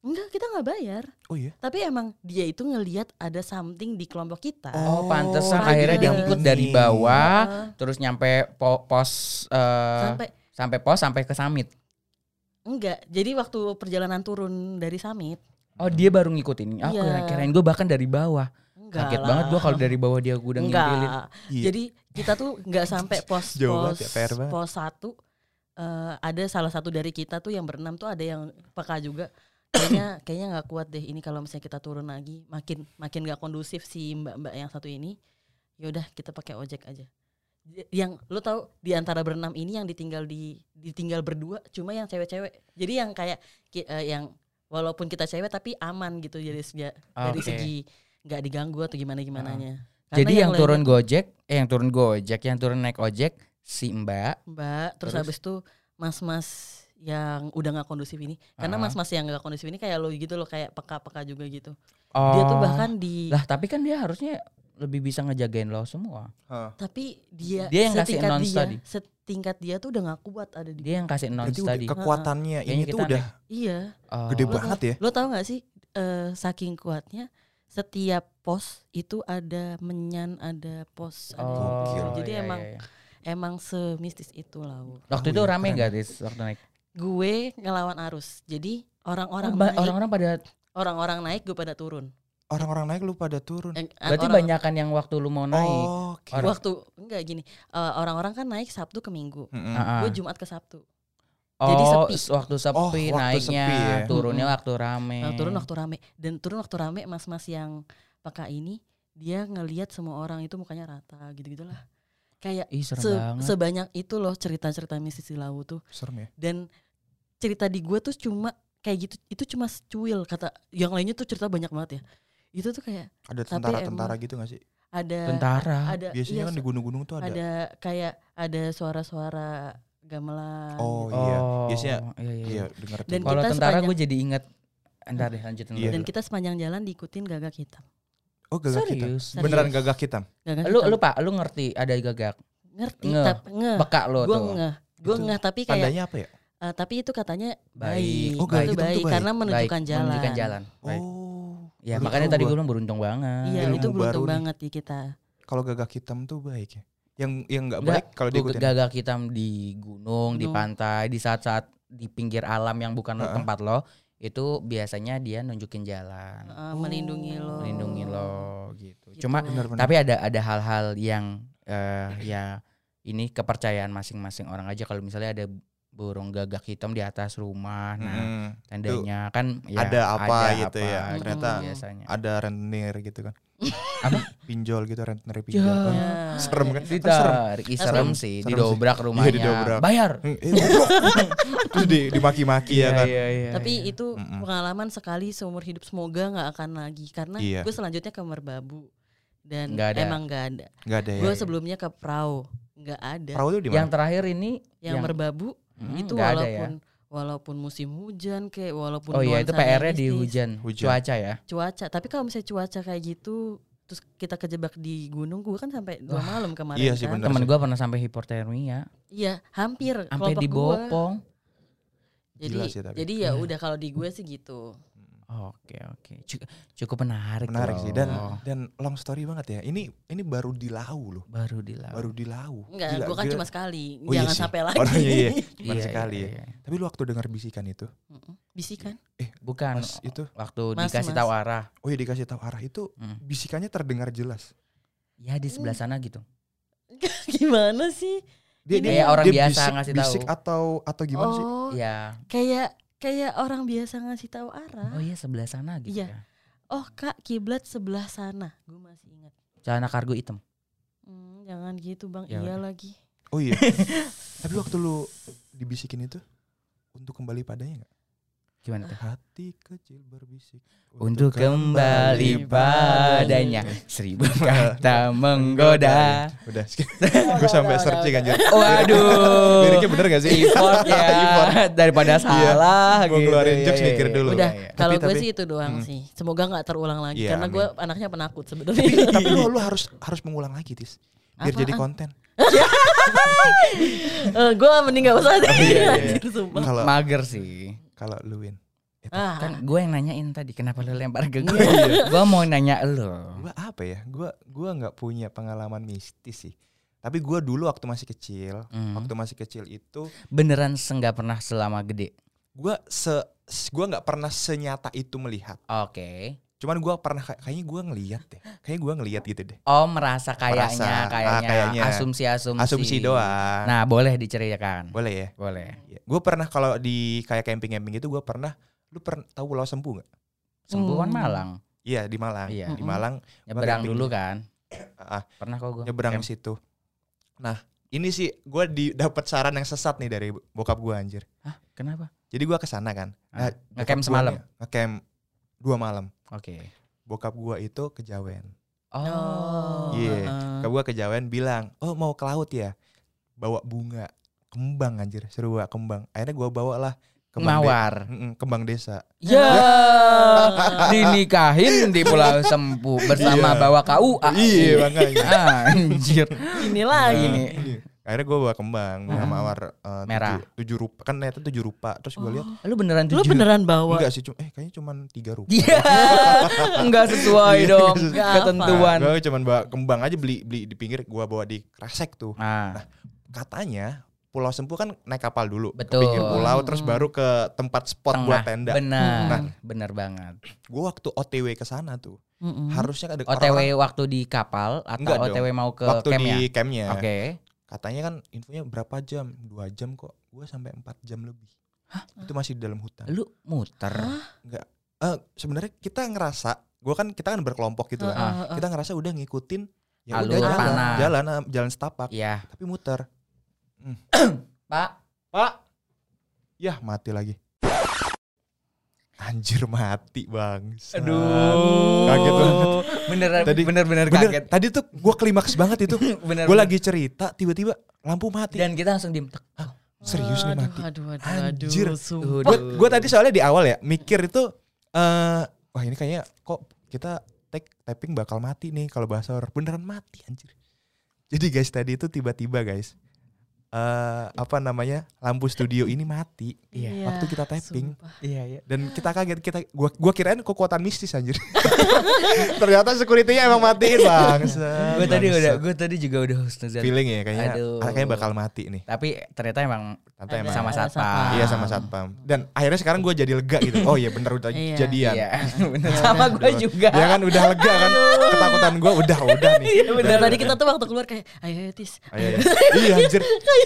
S3: Enggak, kita nggak bayar.
S1: Oh iya.
S3: Tapi emang dia itu ngelihat ada something di kelompok kita.
S2: Oh, pantesan
S3: Oh,
S2: akhirnya dia
S3: iya.
S2: ngikut dari bawah,
S3: Heeh.
S2: terus nyampe po- pos eh,
S3: Sampai
S2: sampai pos sampai ke summit.
S3: enggak. Jadi waktu perjalanan turun dari summit,
S2: Oh, dia baru ngikutin. Aku
S3: Iya.
S2: kirain gue bahkan dari bawah.
S3: enggak
S2: Kaget
S3: lah.
S2: banget gue kalau dari bawah dia udah ngintilin.
S3: Enggak.
S1: Iya.
S3: Jadi kita tuh nggak sampai pos
S1: Jauh
S3: pos
S1: banget ya, P R banget.
S3: pos satu. Eh, ada salah satu dari kita tuh yang berenam tuh ada yang peka juga. Kayaknya kayaknya nggak kuat deh ini kalau misalnya kita turun lagi, makin makin nggak kondusif si mbak-mbak yang satu ini. Ya udah kita pakai ojek aja. J- Yang lo tahu di antara berenam ini yang ditinggal di ditinggal berdua cuma yang cewek-cewek. Jadi yang kayak ki- eh, yang walaupun kita cewek tapi aman gitu dari segi dari
S2: Oke.
S3: segi nggak diganggu atau gimana gimananya.
S2: Jadi yang, turun
S3: lainnya tuh
S2: Gojek, eh yang turun Gojek, yang turun naik ojek si Mbak.
S3: Mbak, terus,
S2: Terus?
S3: habis itu mas-mas yang udah nggak kondusif ini, karena
S2: Ah.
S3: mas-mas yang nggak kondusif ini kayak lo gitu loh, kayak peka-peka juga gitu.
S2: Oh.
S3: Dia tuh bahkan di,
S2: Lah, tapi kan dia harusnya lebih bisa ngejagain lo semua.
S3: tapi dia,
S2: Dia yang kasih
S3: setingkat
S2: announce
S3: dia,
S2: tadi.
S3: setingkat dia tuh udah nggak kuat ada di.
S2: Dia yang kasih
S1: Berarti
S2: announce
S1: udah
S2: tadi.
S1: kekuatannya
S2: Kayaknya
S1: ini tuh
S2: kita
S1: udah
S3: Iya,
S2: Oh.
S1: gede
S3: Lo
S1: banget ya.
S3: lo tau nggak sih eh, saking kuatnya setiap pos itu ada menyan, ada pos, ada
S2: Oh,
S3: gitu. Jadi
S2: iya,
S3: emang
S2: iya, iya.
S3: emang semistis itu lah. Wu.
S2: Waktu
S1: Oh,
S2: itu
S1: iya,
S2: rame
S1: keren.
S2: nggak Ris waktu naik?
S3: Gue ngelawan arus, jadi orang-orang
S2: Oh, ba-
S3: naik,
S2: orang-orang pada
S3: orang-orang naik gue pada turun.
S1: Orang-orang naik lu pada turun.
S3: Yang-
S2: berarti
S3: orang-
S2: banyakan yang waktu lu mau naik.
S1: Oh, oke.
S2: Orang-
S3: Waktu enggak gini, eh, orang-orang kan naik Sabtu ke Minggu,
S1: Mm-mm.
S2: Ah, ah.
S3: gue Jumat ke Sabtu.
S2: Oh,
S3: jadi sepi.
S2: s- waktu sepi
S1: Oh, waktu
S2: naiknya,
S1: sepi ya.
S2: turunnya
S3: Mm-mm.
S2: waktu rame.
S3: Nah, turun waktu rame, dan turun waktu rame mas-mas yang peka ini dia ngelihat semua orang itu mukanya rata gitu-gitulah. Kayak
S2: Ih, serem
S3: se-
S2: banget.
S3: sebanyak itu loh cerita-cerita mistis di Lawu tuh.
S1: Serem ya.
S3: Dan cerita di gue tuh cuma kayak gitu, itu cuma secuil, kata yang lainnya tuh cerita banyak banget ya. Itu tuh kayak
S1: Ada
S3: Tapi
S1: tentara-tentara gitu gak sih?
S3: ada
S2: Tentara.
S3: ada
S1: Biasanya
S3: iya,
S1: kan di gunung-gunung tuh ada.
S3: ada kayak ada suara-suara gamelan.
S1: Oh
S3: gitu.
S1: iya.
S2: Oh,
S1: Biasanya
S2: iya, iya.
S1: iya denger tuh.
S3: Dan
S2: Kalau
S3: kita
S2: tentara
S3: sepanjang-
S2: gue jadi inget. Entar deh lanjutin
S1: Iya.
S2: dulu.
S3: Dan kita sepanjang jalan diikutin gagak hitam.
S1: Oh gagak hitam.
S2: Serius?
S1: Beneran gagak hitam.
S3: Gagak
S2: Lu
S3: hitam.
S2: lu Pak, lu ngerti ada gagak.
S3: ngerti
S2: Nge.
S3: tapi nge.
S2: Beka lo
S3: Gue
S2: tuh.
S3: nge. Gue
S1: Itu
S3: nge tapi kayak
S1: Tandanya apa ya?
S3: eh, tapi itu katanya
S2: Baik.
S3: baik.
S1: Oh, gagak
S3: itu
S1: hitam tuh
S3: baik
S1: baik.
S3: karena menunjukkan
S2: Baik,
S3: jalan.
S2: Menunjukkan jalan. Baik.
S1: Oh.
S2: Ya,
S1: baru
S2: makanya
S1: tahu
S2: tadi
S1: gua.
S2: gue bilang beruntung banget.
S3: Iya,
S1: Ilmu
S3: itu
S1: baru
S3: beruntung
S1: nih.
S3: banget di kita.
S1: Kalau gagak hitam tuh baik ya. Yang yang enggak
S2: Enggak,
S1: baik kalau
S2: Gua
S1: diikutin.
S2: gagak hitam di gunung, di
S3: Gunung.
S2: pantai, di saat-saat di pinggir alam yang bukan
S1: Heeh.
S2: tempat lo, itu biasanya dia nunjukin jalan,
S3: Eh, melindungi lo.
S2: melindungi lo gitu.
S3: Gitu.
S2: Cuma
S1: Benar-benar.
S2: tapi ada ada hal-hal yang eh, ya ini kepercayaan masing-masing orang aja. Kalau misalnya ada burung gagak hitam di atas rumah, nah
S1: Mm-mm.
S2: tandanya kan ya
S1: ada apa gitu
S2: apa
S1: ya.
S2: gitu
S1: Ternyata
S2: biasanya.
S1: ada rentenir gitu kan.
S2: Apa?
S1: Pinjol gitu, rentenir pinjol.
S2: Ya.
S1: Oh,
S3: Ya.
S1: serem kan? Kan serem.
S2: Ditarik, ih, serem sih,
S1: Serem
S2: didobrak
S1: sih.
S2: rumahnya.
S1: Iya, didobrak.
S2: Bayar.
S1: Hmm, eh, goblok. Terus di, dimaki-maki ya kan.
S2: Iya, iya,
S3: Tapi
S2: iya.
S3: itu
S1: Mm-mm.
S3: pengalaman sekali seumur hidup, semoga nggak akan lagi karena
S1: Iya.
S3: gue selanjutnya ke Merbabu dan
S2: Nggak ada.
S3: emang nggak ada.
S1: Enggak ada ya.
S3: Gue sebelumnya ke Prau nggak ada.
S1: Perahu tuh di
S2: Yang
S1: mana?
S2: terakhir ini
S3: Yang Merbabu
S2: Hmm,
S3: itu
S2: nggak ada
S3: walaupun
S2: ya.
S3: walaupun musim hujan kayak walaupun
S2: Oh iya, itu P
S3: nuansanya
S2: R-nya di
S3: mistis,
S2: hujan,
S1: Hujan.
S2: cuaca ya.
S3: cuaca. Tapi kalau misalnya cuaca kayak gitu terus kita kejebak di gunung, gue kan sampai dua malam kemarin.
S1: Iya sih,
S3: kan.
S1: bener.
S2: Temen
S1: sih.
S2: gue pernah sampai hipotermia,
S3: Iya, hampir
S2: sampai
S3: kelompok
S2: dibopong.
S3: gua. Jadi
S1: Gila sih tapi.
S3: jadi ya udah kalau di gue sih gitu.
S2: Oke oke, Cuk- cukup menarik.
S1: Menarik
S2: loh.
S1: sih dan dan long story banget ya. Ini ini baru di Lau loh.
S2: baru di laut.
S1: Baru di Lau.
S3: Enggak,
S1: Gila,
S3: gue kan
S1: gila.
S3: cuma sekali.
S1: Oh, iya
S3: Jangan
S1: sih.
S3: sampai lagi.
S1: Oh, iya, iya.
S2: Iya,
S1: Baru
S2: iya,
S1: sekali
S2: iya,
S1: ya.
S2: iya.
S1: Tapi lu waktu dengar bisikan itu,
S3: Mm-mm. Bisikan.
S2: Bukan
S1: Mas itu,
S2: waktu
S3: Mas,
S2: dikasih
S3: Mas.
S2: tahu arah.
S1: oh ya dikasih tahu arah itu,
S2: Hmm.
S1: bisikannya terdengar jelas.
S2: Ya di sebelah sana gitu.
S3: Gimana sih?
S1: Dia,
S3: Ini
S1: dia,
S2: kayak orang
S1: dia
S2: biasa
S1: bisik,
S2: ngasih
S1: bisik
S2: tahu.
S1: atau atau gimana sih?
S3: Oh,
S2: Iya.
S3: kayak kayak orang biasa ngasih tahu arah.
S2: Oh iya sebelah sana gitu
S3: Iya.
S2: ya.
S3: Oh, Kak, kiblat sebelah sana. Gue masih ingat.
S2: Celana kargo hitam.
S3: Hmm, jangan gitu, Bang.
S2: Ya
S3: Iya
S2: udah.
S3: lagi.
S1: Oh iya. Tapi waktu lu dibisikin itu untuk kembali padanya nggak?
S2: Gimana tuh?
S1: Hati kecil berbisik
S2: Untuk kembali padanya seribu kata menggoda.
S1: Udah, gue sampai searching anjir.
S2: Waduh.
S1: Liriknya bener gak sih?
S2: Effort ya.
S1: Effort.
S2: Daripada salah
S1: Gua
S2: gitu.
S1: keluarin
S2: Iya,
S1: jokes
S2: iya,
S1: mikir
S2: iya.
S1: dulu.
S3: Udah,
S2: Iya, iya.
S3: kalau
S1: Tapi-
S3: gue
S1: tapi-
S3: sih itu doang
S1: Hmm.
S3: sih. Semoga nggak terulang lagi
S1: Iya,
S3: karena
S1: amin.
S3: gue anaknya penakut
S1: Tapi,
S3: sebenarnya.
S1: tapi lu, lu harus harus mengulang lagi, Tis. Biar
S3: Apaan?
S1: jadi konten.
S3: Eh, gue mending gak usah deh.
S1: iya, iya.
S3: Anjir, sumpah.
S1: Kalau
S2: Mager sih.
S1: kalau lu Win,
S3: Ah,
S2: Kan gue yang nanyain tadi kenapa lu lempar ke gue. Gue mau nanya lo.
S1: Gue apa ya? Gue gue nggak punya pengalaman mistis sih. Tapi gue dulu waktu masih kecil,
S2: Hmm.
S1: waktu masih kecil itu
S2: Beneran nggak pernah selama gede.
S1: gue se gue nggak pernah senyata itu melihat.
S2: Oke.
S1: Cuman gue pernah kayaknya gue ngelihat deh. Kayaknya gue ngelihat gitu deh.
S2: Oh merasa kayaknya,
S1: Merasa, ah,
S2: kayaknya,
S1: kayaknya.
S2: asumsi-asumsi.
S1: Asumsi doang.
S2: Nah boleh diceritakan.
S1: Boleh ya?
S2: Boleh.
S1: Gue pernah kalau di kayak camping-camping itu gue pernah. Lu pernah tahu Pulau Sempu nggak?
S2: Sembuhan
S3: Hmm.
S2: Malang.
S1: Iya di Malang.
S2: Iya.
S1: Di Malang
S2: Nyebrang
S1: camping.
S2: dulu kan.
S1: ah,
S2: Pernah kok gue.
S1: nyebrang ke situ. Nah ini sih gue di dapat saran yang sesat nih dari bokap gue anjir.
S2: Hah kenapa?
S1: Jadi gue kesana kan.
S2: Ah,
S1: Nah,
S2: ngecamp
S1: bokap gua
S2: semalam?
S1: nih, Ngecamp dua malam.
S2: Oke.
S1: Bokap gue itu kejawen.
S2: Oh.
S1: Iya.
S3: heeh.
S1: Bokap gue kejawen bilang, oh mau ke laut ya? Bawa bunga. Kembang anjir. Seru banget kembang. Akhirnya gue bawa lah. Kembang de-
S2: Mawar.
S1: Mm-mm, kembang desa.
S2: Ya, dinikahin di Pulau Sempu bersama
S1: Iya.
S2: bawa K U A.
S1: Iya makanya.
S2: Anjir.
S3: Ini lagi.
S2: Ini.
S1: Iya. Akhirnya gue bawa kembang. Bunga
S2: Ah.
S1: mawar eh,
S2: Merah.
S1: Tujuh, tujuh rupa. Kan ternyata tujuh rupa. Terus gue lihat.
S2: Lu beneran
S3: Lu
S2: tujuh?
S3: beneran bawa?
S1: Enggak sih. Cuma, eh kayaknya cuma tiga rupa.
S2: Iya. Enggak sesuai
S1: Iya,
S2: dong
S1: nggak
S3: sesuai.
S2: ketentuan.
S1: Gue cuma bawa kembang aja beli beli di pinggir. Gue bawa di Kresek tuh.
S2: Ah,
S1: Katanya Pulau Sempu kan naik kapal dulu
S2: Betul.
S1: ke pinggir pulau terus baru ke tempat spot
S2: tengah.
S1: buat tenda.
S2: Benar.
S1: Nah.
S2: Benar banget.
S1: Gue waktu O T W ke sana tuh
S3: Mm-mm.
S1: harusnya ada
S2: O T W
S1: orang-orang
S2: waktu di kapal atau
S1: Enggak
S2: O T W
S1: dong.
S2: mau ke
S1: waktu
S2: camp
S1: di
S2: ya?
S1: campnya.
S2: Oke.
S1: Katanya kan infonya berapa jam? Dua jam kok. Gue sampai empat jam lebih. Itu masih di dalam hutan.
S2: Lu muter.
S1: Enggak. Eh sebenarnya kita ngerasa, gue kan kita kan berkelompok gitu kan.
S3: Heeh, heeh.
S1: Kita ngerasa udah ngikutin ya
S2: Alur
S1: udah jalan,
S2: panah.
S1: jalan jalan setapak,
S2: Iya.
S1: tapi muter.
S2: Pak.
S1: Pak, yah mati lagi. Anjir mati bang.
S2: Aduh.
S1: Kaget banget.
S2: Beneran
S1: Tadi-
S2: bener-bener
S1: Bener,
S2: kaget.
S1: tadi tuh gue klimaks banget itu.
S2: Bener.
S1: Gue lagi cerita, tiba-tiba lampu mati.
S2: dan kita langsung diem. Tek.
S1: Serius nih
S3: Aduh,
S1: mati.
S3: Aduh, aduh,
S1: Anjir.
S3: aduh, sumpah.
S1: Gue gue tadi soalnya di awal ya mikir itu, eh wah ini kayaknya kok kita take tapping bakal mati nih kalau bahasa horor. Beneran mati anjir. Jadi guys tadi itu tiba-tiba guys, eh apa namanya lampu studio ini mati.
S3: Iya,
S1: Waktu kita tapping.
S3: sumpah.
S2: Iya, iya.
S1: Dan kita kaget, kita gua gua kirain kekuatan mistis anjir. Ternyata security-nya emang matiin bangsa.
S2: Gue tadi
S1: Bangsat.
S2: udah, gue tadi juga udah husnuzon.
S1: feeling ya kayaknya
S2: Aduh.
S1: ah, kayaknya bakal mati nih.
S2: Tapi ternyata emang
S1: Tante
S3: Ada-
S1: emang
S2: sama
S3: ada
S2: satpam.
S1: iya sama satpam. Dan akhirnya sekarang gue jadi lega gitu. Oh iya bener udah
S3: Iya.
S1: jadian.
S2: Iya, bener. Sama gue juga.
S1: Ya kan udah lega kan. Ketakutan gue udah udah nih.
S2: Iya,
S3: Bener,
S1: Udah,
S3: tadi
S1: udah.
S3: kita tuh waktu keluar kayak ayo ayo Tis.
S1: Ayo, ayo. Iya anjir.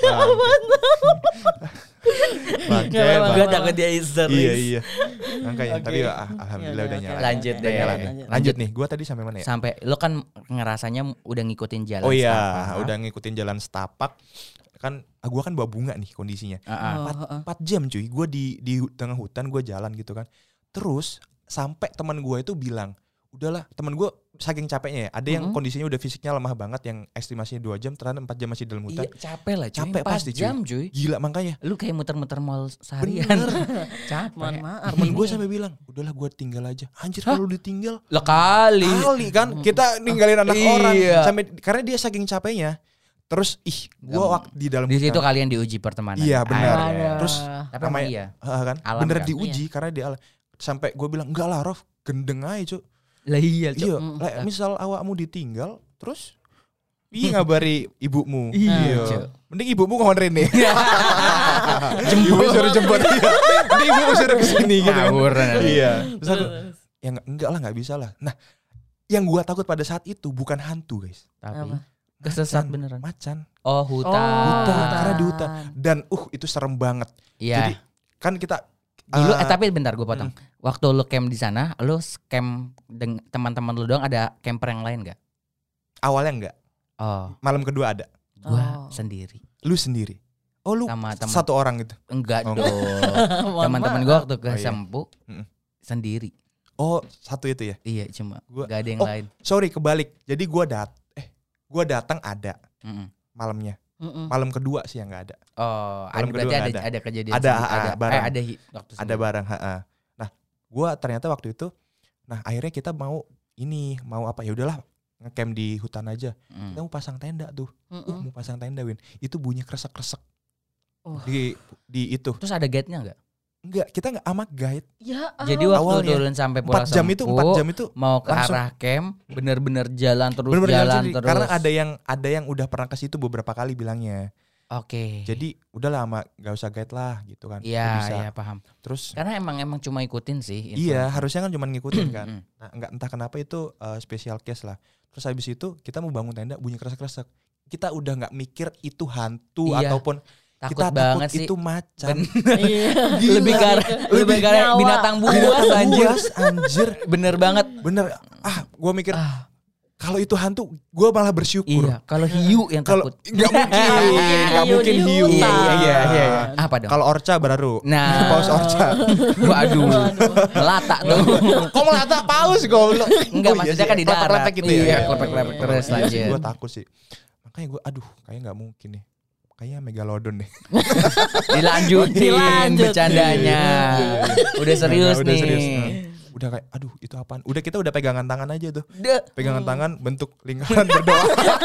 S1: Bangke,
S3: Nggak apa-apa.
S1: bang.
S2: Gue takut dia histeris.
S1: Iya iya. Makanya
S2: Oke.
S1: tapi ah, alhamdulillah
S3: Oke,
S1: udah
S3: oke.
S1: nyala.
S2: Lanjut
S1: Udah
S2: deh.
S1: nyala
S3: Lanjut,
S1: nih.
S3: lanjut.
S1: Lanjut nih. Gue tadi sampai mana ya?
S2: Sampai lo kan ngerasanya udah ngikutin jalan
S1: Oh iya,
S2: setapak.
S1: udah ngikutin jalan setapak. Kan ah, gue kan bawa bunga nih kondisinya.
S2: Ah, ah.
S3: Oh,
S1: Empat,
S3: heeh.
S1: empat jam cuy, gue di di tengah hutan gue jalan gitu kan. Terus sampai teman gue itu bilang, udahlah teman gue saking capeknya ya. Ada yang
S3: Mm-mm.
S1: kondisinya udah fisiknya lemah banget, yang estimasinya dua jam, ternyata empat jam masih dalam hutan.
S2: Iya capek lah cuy.
S1: Capek
S2: Empat
S1: pasti, cuy.
S2: jam cuy.
S1: Gila makanya.
S2: Lu kayak muter-muter mall seharian.
S1: Bener.
S2: Capek.
S3: Mohon maaf.
S1: Temen gue
S3: ini.
S1: sampai bilang, udahlah gue tinggal aja. Anjir
S2: Hah?
S1: kalau ditinggal
S2: Lah kali.
S1: kali kan kita ninggalin anak
S2: Iya.
S1: orang sampai karena dia saking capeknya. Terus ih, gue
S2: Gak-
S1: waktu di dalam
S2: Di situ
S1: hutan.
S2: kalian diuji pertemanan.
S1: Iya, benar.
S2: Akhirnya.
S1: Terus
S2: Tapi emang
S1: namanya-
S2: iya.
S1: Ah, kan
S2: Alam
S1: bener
S2: kan?
S1: diuji karena dia al- sampai gue bilang enggak lah Rof, gendeng aja Cuk.
S2: Lah iya, Cok.
S1: Iya,
S3: Mm.
S1: lek misal awakmu ditinggal terus iya ngabari ibumu.
S2: Iya, Cuk.
S1: Mending ibumu ngomong Rene. Ibu suruh jemput. Iya. Mending ibumu suruh kesini gitu kan.
S2: Ngawur.
S1: Iya. Terus aku, ya enggak, enggak lah, enggak bisa lah. Nah, yang gua takut pada saat itu bukan hantu, guys.
S2: Tapi
S3: Apa?
S2: kesesat
S1: Macan.
S2: beneran.
S1: Macan.
S2: Oh, hutan.
S1: Hutan, karena di hutan. Dan uh itu serem banget. Jadi
S2: Iya.
S1: kan kita
S2: Dulu
S1: eh,
S2: eh, tapi bentar gue potong. Waktu lu camp di sana, lu camp dengan teman-teman lu doang, ada camper yang lain gak?
S1: awalnya enggak.
S2: Oh,
S1: Malam kedua ada.
S2: gua
S3: Oh.
S2: sendiri.
S1: Lu sendiri. Oh, lu
S2: Sama teman.
S1: satu orang gitu.
S2: Enggak
S1: Oh,
S2: dong.
S3: Mohon
S2: Teman-teman
S3: maaf.
S2: gua waktu ke
S1: Oh, iya.
S2: Sempu
S1: Mm-mm.
S2: sendiri.
S1: Oh, satu itu ya.
S2: Iya, cuma
S1: Gua-
S2: gak ada yang
S1: Oh.
S2: lain.
S1: Sorry, kebalik. Jadi gua dat eh gua datang ada
S2: Mm-mm.
S1: malamnya.
S3: Mm-mm.
S1: Malam kedua sih yang enggak ada.
S2: Oh, ada
S1: Malam
S2: berarti
S1: kedua
S2: ada,
S1: nggak
S2: ada
S1: ada.
S2: kejadian
S1: Ada,
S2: sendiri,
S1: ah,
S2: ada
S1: bareng.
S2: eh, ada hi- waktu
S1: Ada
S2: sendiri.
S1: barang, heeh. Nah, gua ternyata waktu itu nah akhirnya kita mau ini, mau apa ya udahlah ngecamp di hutan aja.
S2: Mm.
S1: Kita mau pasang tenda tuh. Uh,
S3: Mm-mm.
S1: mau pasang tenda, Win. Itu bunyi kresek-kresek
S3: Oh.
S1: di di itu.
S2: Terus ada gate-nya enggak?
S1: Enggak, kita enggak sama guide.
S3: Ya,
S2: Jadi waktu
S1: Awalnya,
S2: turun sampai Pulau
S1: empat jam itu,
S2: Sempu,
S1: empat jam itu
S2: mau ke
S1: langsung-
S2: arah camp, bener-bener jalan terus
S1: bener-bener
S2: jalan
S1: jalan sendiri.
S2: terus.
S1: Karena ada yang ada yang udah pernah ke situ beberapa kali bilangnya.
S2: Oke.
S1: Jadi udahlah sama gak usah guide lah gitu kan.
S2: Iya,
S1: Udah bisa.
S2: iya paham.
S1: Terus
S2: Karena emang emang cuma ikutin sih. info.
S1: iya, harusnya kan cuma ngikutin kan.
S2: Mm.
S1: Nah, enggak entah kenapa itu uh, special case lah. Terus habis itu kita mau bangun tenda bunyi kresek-kresek. Kita udah nggak mikir itu hantu
S2: Iya.
S1: ataupun
S2: Takut
S1: kita
S2: banget
S1: takut
S2: sih.
S1: itu macan.
S3: Iya.
S2: lebih ke arah- lebih ke arah
S3: nyawa.
S2: binatang buas
S1: Binatang
S2: anjir.
S1: buas, anjir.
S2: Bener banget.
S1: Bener. Ah, gua mikir
S2: Ah,
S1: kalau itu hantu, gua malah bersyukur.
S2: iya, kalau hiu yang
S1: Kalau
S2: takut.
S1: nggak mungkin, nggak
S3: Hiu
S1: mungkin
S3: di
S1: hiu.
S3: hutan.
S2: Iya, iya, iya, iya. Apa dong?
S1: Kalau orca baru.
S2: Nah,
S1: Paus orca.
S2: Waduh, melata tuh.
S1: Kok melata paus goblok?
S2: Enggak,
S1: Oh iya
S2: maksudnya
S1: sih,
S2: kan di darat.
S1: lepek-lepek gitu ya.
S2: Iya, lepek-lepek terus
S1: Iya sih,
S2: lanjut.
S1: gua takut sih. Makanya gua aduh, kayaknya nggak mungkin nih. Kayaknya megalodon deh.
S2: Dilanjutin
S3: Dilanjut.
S2: bercandanya. Udah serius
S1: Udah
S2: nih.
S1: serius. Udah kayak aduh itu apaan? Udah kita udah pegangan tangan aja tuh.
S2: Deh,
S1: Pegangan tangan bentuk lingkaran berdoa.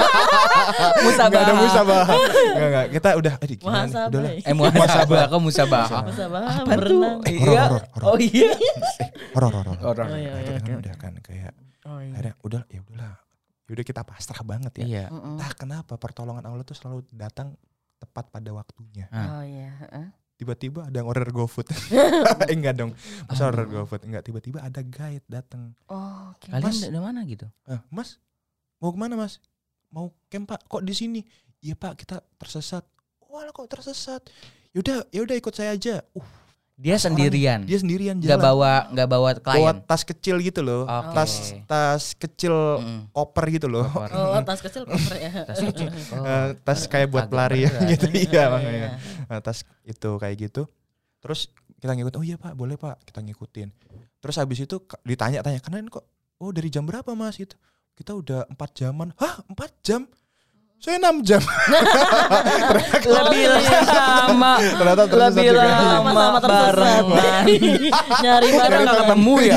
S2: musabah.
S1: Enggak ada musabah. Enggak enggak. Kita udah aduh gimana nih?
S3: Muhasabah.
S1: Udahlah.
S2: Eh musabah, kok musabah?
S3: Musabah
S2: Apa tuh?
S3: berenang.
S2: Iya.
S1: Horor, horor.
S2: Oh iya.
S1: Horor horor.
S2: Horor.
S3: Oh iya,
S1: Nah,
S3: iya,
S1: kita kan
S3: oke.
S1: udah kan kayak
S3: Oh, iya.
S1: akhirnya udah ya udahlah. Ya udah kita pasrah banget ya.
S2: Iya.
S3: Mm-mm.
S1: Entah kenapa pertolongan Allah tuh selalu datang tepat pada waktunya.
S2: Ah.
S3: Oh iya. heeh.
S1: Tiba-tiba ada yang order GoFood. eh, enggak dong. Masa
S2: Ah.
S1: order GoFood? Enggak, tiba-tiba ada guide datang.
S3: Oh, oke.
S2: Kalian
S1: Mas.
S2: dari mana gitu?
S1: Eh, Mas, mau kemana Mas? Mau camp Pak? Kok di sini? Iya Pak, kita tersesat. Walah kok tersesat? Yaudah, yaudah ikut saya aja. Uh,
S2: Dia sendirian.
S1: dia sendirian
S2: Nggak
S1: jalan.
S2: bawa nggak bawa
S1: Bawa
S2: klien.
S1: tas kecil gitu loh.
S2: Oke.
S1: Tas tas kecil
S2: Mm.
S1: koper gitu loh.
S2: Koper.
S3: Oh, tas kecil koper ya.
S2: Tas kecil. Oh,
S1: Eh, tas kayak buat
S2: agak
S1: pelari
S2: berat.
S1: gitu. Iya
S3: Iya,
S1: makanya.
S3: iya.
S1: Nah, tas itu kayak gitu. Terus kita ngikut, oh iya Pak, boleh Pak, kita ngikutin. Terus habis itu ka- ditanya-tanya, kalian kok, oh dari jam berapa Mas gitu? Kita udah empat jaman. Hah, empat jam? Saya enam jam.
S2: Lebih lama.
S1: Ternyata tersesat
S2: Lebih
S1: juga.
S2: lama
S3: Sama-sama tersesat.
S2: barengan.
S3: Nyari
S2: Kok
S3: bareng
S2: nggak ketemu ya?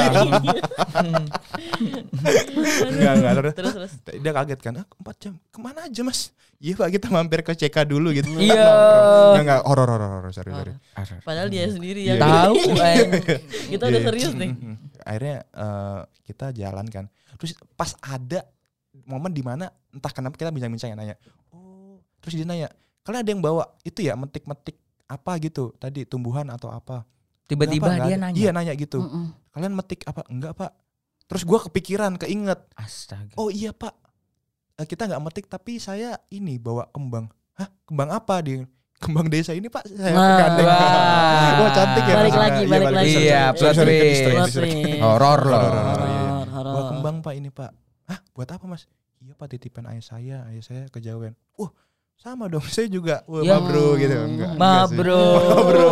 S1: Enggak, enggak. Terus,
S3: Terus terus.
S1: dia kaget kan, ah, empat jam, kemana aja Mas? Iya Pak, kita mampir ke C K dulu gitu.
S2: Iya.
S1: Enggak, enggak, horor, horor, horor, sorry, sorry.
S3: Padahal dia sendiri
S1: Iya,
S3: ya.
S2: Tahu, eh.
S3: Kita udah
S1: Iya.
S3: serius nih.
S1: Akhirnya eh, kita jalan kan. Terus pas ada momen di mana entah kenapa kita bincang-bincang ya nanya. Oh, terus dia nanya, kalian ada yang bawa itu ya metik-metik apa gitu tadi tumbuhan atau apa?
S2: Tiba-tiba
S1: Enggak, Pak,
S2: dia
S1: enggak ada.
S2: nanya.
S1: Iya nanya gitu.
S3: Mm-mm.
S1: Kalian metik apa? Enggak Pak. Terus gua kepikiran, keinget.
S2: Astaga.
S1: Oh iya Pak. Eh, kita nggak metik tapi saya ini bawa kembang. Hah? Kembang apa di kembang desa ini Pak? Saya
S3: Wah.
S1: gandeng.
S2: Wah.
S1: Wah cantik ya.
S3: Balik
S1: Mas.
S3: lagi,
S1: Iya,
S3: balik lagi.
S1: sorry,
S2: Iya,
S1: sorry,
S2: plot
S1: sorry, ke
S2: twist.
S1: distract,
S3: Plot
S1: distract.
S3: twist.
S2: Horor loh.
S1: Horor, horor, iya, iya.
S3: Horor.
S1: Bawa kembang Pak ini Pak. Hah? Buat apa Mas? Iya Pak, titipan ayah saya. Ayah saya kejauhan. Wah, sama dong. Saya juga. Wah,
S2: Ya.
S1: ma bro gitu. Enggak.
S2: Ma
S1: enggak sih.
S2: bro.
S1: Ma bro.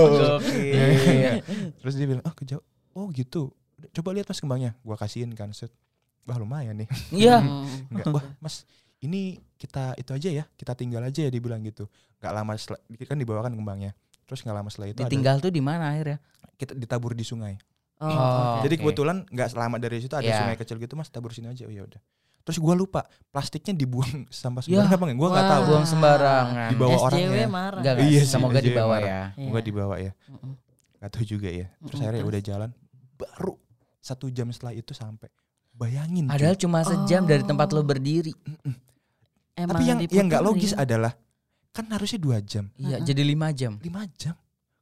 S2: Gokil.
S1: Terus dia bilang, "Ah, kejauh." Oh, gitu. Coba lihat Mas kembangnya. Gua kasihin kan. Set. Wah, lumayan nih.
S2: Iya.
S3: Mm.
S1: Enggak. Wah, Mas, ini kita itu aja ya. Kita tinggal aja ya, dibilang gitu. Enggak lama setelah kan dibawakan kembangnya. Terus enggak lama setelah itu ada,
S2: Ditinggal tuh di mana akhirnya?
S1: kita ditabur di sungai.
S3: Oh,
S2: Oh.
S3: oke.
S1: Jadi
S2: Oke.
S1: kebetulan nggak lama dari situ ada
S2: Iya.
S1: sungai kecil gitu, Mas, tabur sini aja. Oh ya udah. Terus gua lupa plastiknya dibuang sampah
S2: Ya.
S1: sembarangan apa enggak? Gua nggak
S3: Wah.
S1: tahu.
S2: Buang sembarangan.
S1: Dibawa
S3: S J W
S1: orangnya.
S3: marah.
S2: Enggak,
S1: Iya
S2: iya,
S1: sih,
S2: semoga
S1: S J W
S2: dibawa
S1: marah.
S2: ya.
S3: Iya.
S1: Gua dibawa ya.
S3: Mm-mm.
S1: Gak tahu juga ya. Terus
S3: Mm-mm,
S1: akhirnya
S3: terus?
S1: udah jalan, baru satu jam setelah itu sampai. Bayangin.
S2: Padahal
S1: cuy.
S2: cuma sejam dari tempat lo
S3: Oh.
S2: berdiri.
S3: Emang
S1: Tapi yang yang nggak
S3: diputerin.
S1: logis adalah kan harusnya dua jam,
S2: Iya,
S3: Heeh.
S2: jadi lima jam.
S1: lima jam.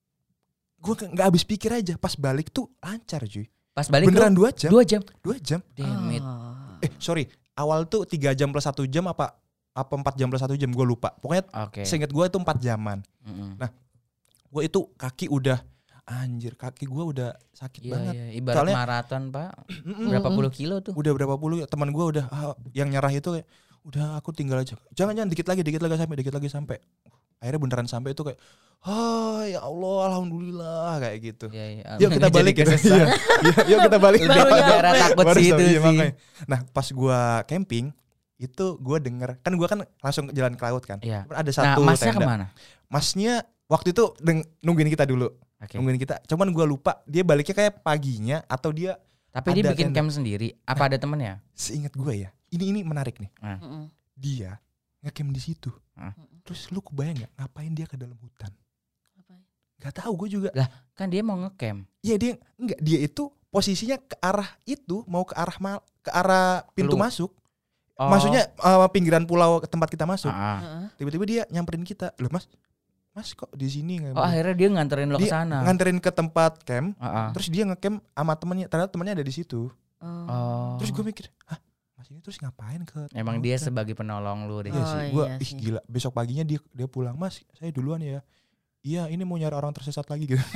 S1: Gue nggak habis pikir aja. Pas balik tuh lancar cuy.
S2: Pas balik
S1: Beneran
S2: lo
S1: dua jam.
S2: dua jam.
S1: Dua jam.
S2: Damn it.
S3: Ah.
S1: Eh sorry. Awal tuh tiga jam plus satu jam apa apa empat jam plus satu jam gue lupa. Pokoknya
S2: Oke.
S1: seinget gue itu empat jaman.
S2: Mm-mm.
S1: Gue itu kaki udah anjir kaki gue udah sakit
S2: Iya,
S1: banget.
S2: iya. Ibarat
S1: Soalnya-
S2: maraton, Pak.
S1: Mm-mm.
S2: Berapa
S3: Mm-mm.
S2: puluh kilo tuh?
S1: Udah berapa puluh teman gue udah ah, yang nyerah itu kayak udah aku tinggal aja. Jangan jangan dikit lagi dikit lagi sampai dikit lagi sampai. Akhirnya beneran sampai itu kayak oh ya Allah alhamdulillah kayak gitu.
S2: Iya, iya.
S1: Yuk kita
S2: Jadi
S1: balik gitu.
S2: kesesat.
S1: Iya, iya, yuk kita balik.
S2: Lebih
S3: Baru
S2: ke arah
S3: nyampe.
S2: takut
S1: Baru
S2: sih itu
S1: sampai, iya,
S2: sih.
S1: makanya. Nah pas gua camping itu gua denger kan gua kan langsung jalan ke laut kan.
S2: Iya.
S1: Ada
S2: Nah,
S1: satu
S2: masnya
S1: tenda.
S2: kemana?
S1: Masnya waktu itu deng- nungguin kita dulu.
S2: Oke.
S1: Nungguin kita. Cuman gua lupa dia baliknya kayak paginya atau dia
S2: Tapi dia
S1: ada
S2: bikin
S1: tenda.
S2: camp sendiri. Apa ada temennya?
S1: seingat gua ya. Ini ini menarik nih.
S3: Mm-mm.
S1: Dia ngecamp di situ.
S2: Hah?
S1: Terus lu kebayang nggak ngapain dia ke dalam hutan?
S3: Ngapain?
S1: Gak tahu gue juga.
S2: Kan dia mau ngecamp.
S1: Iya dia enggak, dia itu posisinya ke arah itu, mau ke arah mal, ke arah pintu
S2: Lu-
S1: masuk.
S2: Oh.
S1: Maksudnya uh, pinggiran pulau ke tempat kita masuk.
S2: Ah.
S3: Heeh.
S1: Tiba-tiba dia nyamperin kita. Loh Mas, Mas kok di sini nggak?
S2: Oh akhirnya dia nganterin lo ke
S1: Dia
S2: sana.
S1: nganterin ke tempat camp.
S2: Ah, ah.
S1: Terus dia ngecamp sama temennya. Ternyata temennya ada di situ.
S3: Oh.
S2: Oh.
S1: Terus gue mikir, hah Mas ini terus ngapain ke?
S2: Emang
S1: tempat
S2: dia
S1: camp?"
S2: sebagai penolong lu deh.
S1: Iya
S3: Oh,
S1: sih, gue
S3: iya
S1: ih
S3: sih.
S1: gila. Besok paginya dia dia pulang, Mas saya duluan ya. Iya ini mau nyari orang tersesat lagi gitu.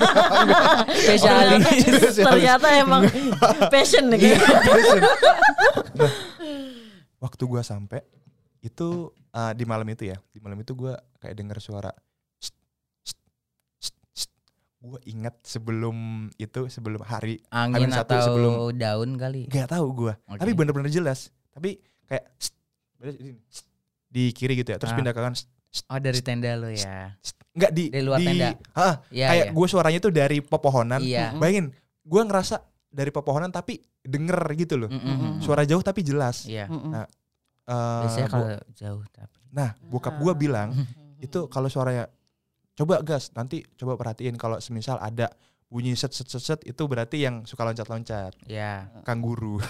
S2: Spesialis.
S3: Ternyata emang passion nih
S1: Iya,
S3: kayaknya.
S1: passion. Nah, waktu gue sampai itu uh, di malam itu ya, di malam itu gue kayak dengar suara. Gue ingat sebelum itu, sebelum hari
S2: Angin
S1: Hamin satu
S2: atau
S1: sebelum-
S2: daun kali.
S1: nggak tahu gue,
S2: Oke.
S1: tapi bener-bener jelas. Tapi kayak di kiri gitu ya, terus
S2: Ah.
S1: pindah ke kanan.
S2: Oh dari tenda lu ya.
S1: Nggak di
S2: Dari luar
S1: di,
S2: tenda.
S1: ah,
S2: Iya.
S1: kayak
S2: iya.
S1: gue suaranya tuh dari pepohonan.
S2: Iya.
S1: Bayangin, gue ngerasa dari pepohonan tapi denger gitu loh.
S2: Mm, mm, mm.
S1: Suara jauh tapi jelas.
S2: Iya.
S3: Mm-mm.
S1: Nah, Eh,
S2: Biasanya
S1: bo-
S2: kalau jauh tapi.
S1: nah, bokap gue bilang itu kalau suaranya coba gas, nanti coba perhatiin kalau semisal ada bunyi set set set set itu berarti yang suka loncat-loncat,
S2: Ya.
S1: kanguru.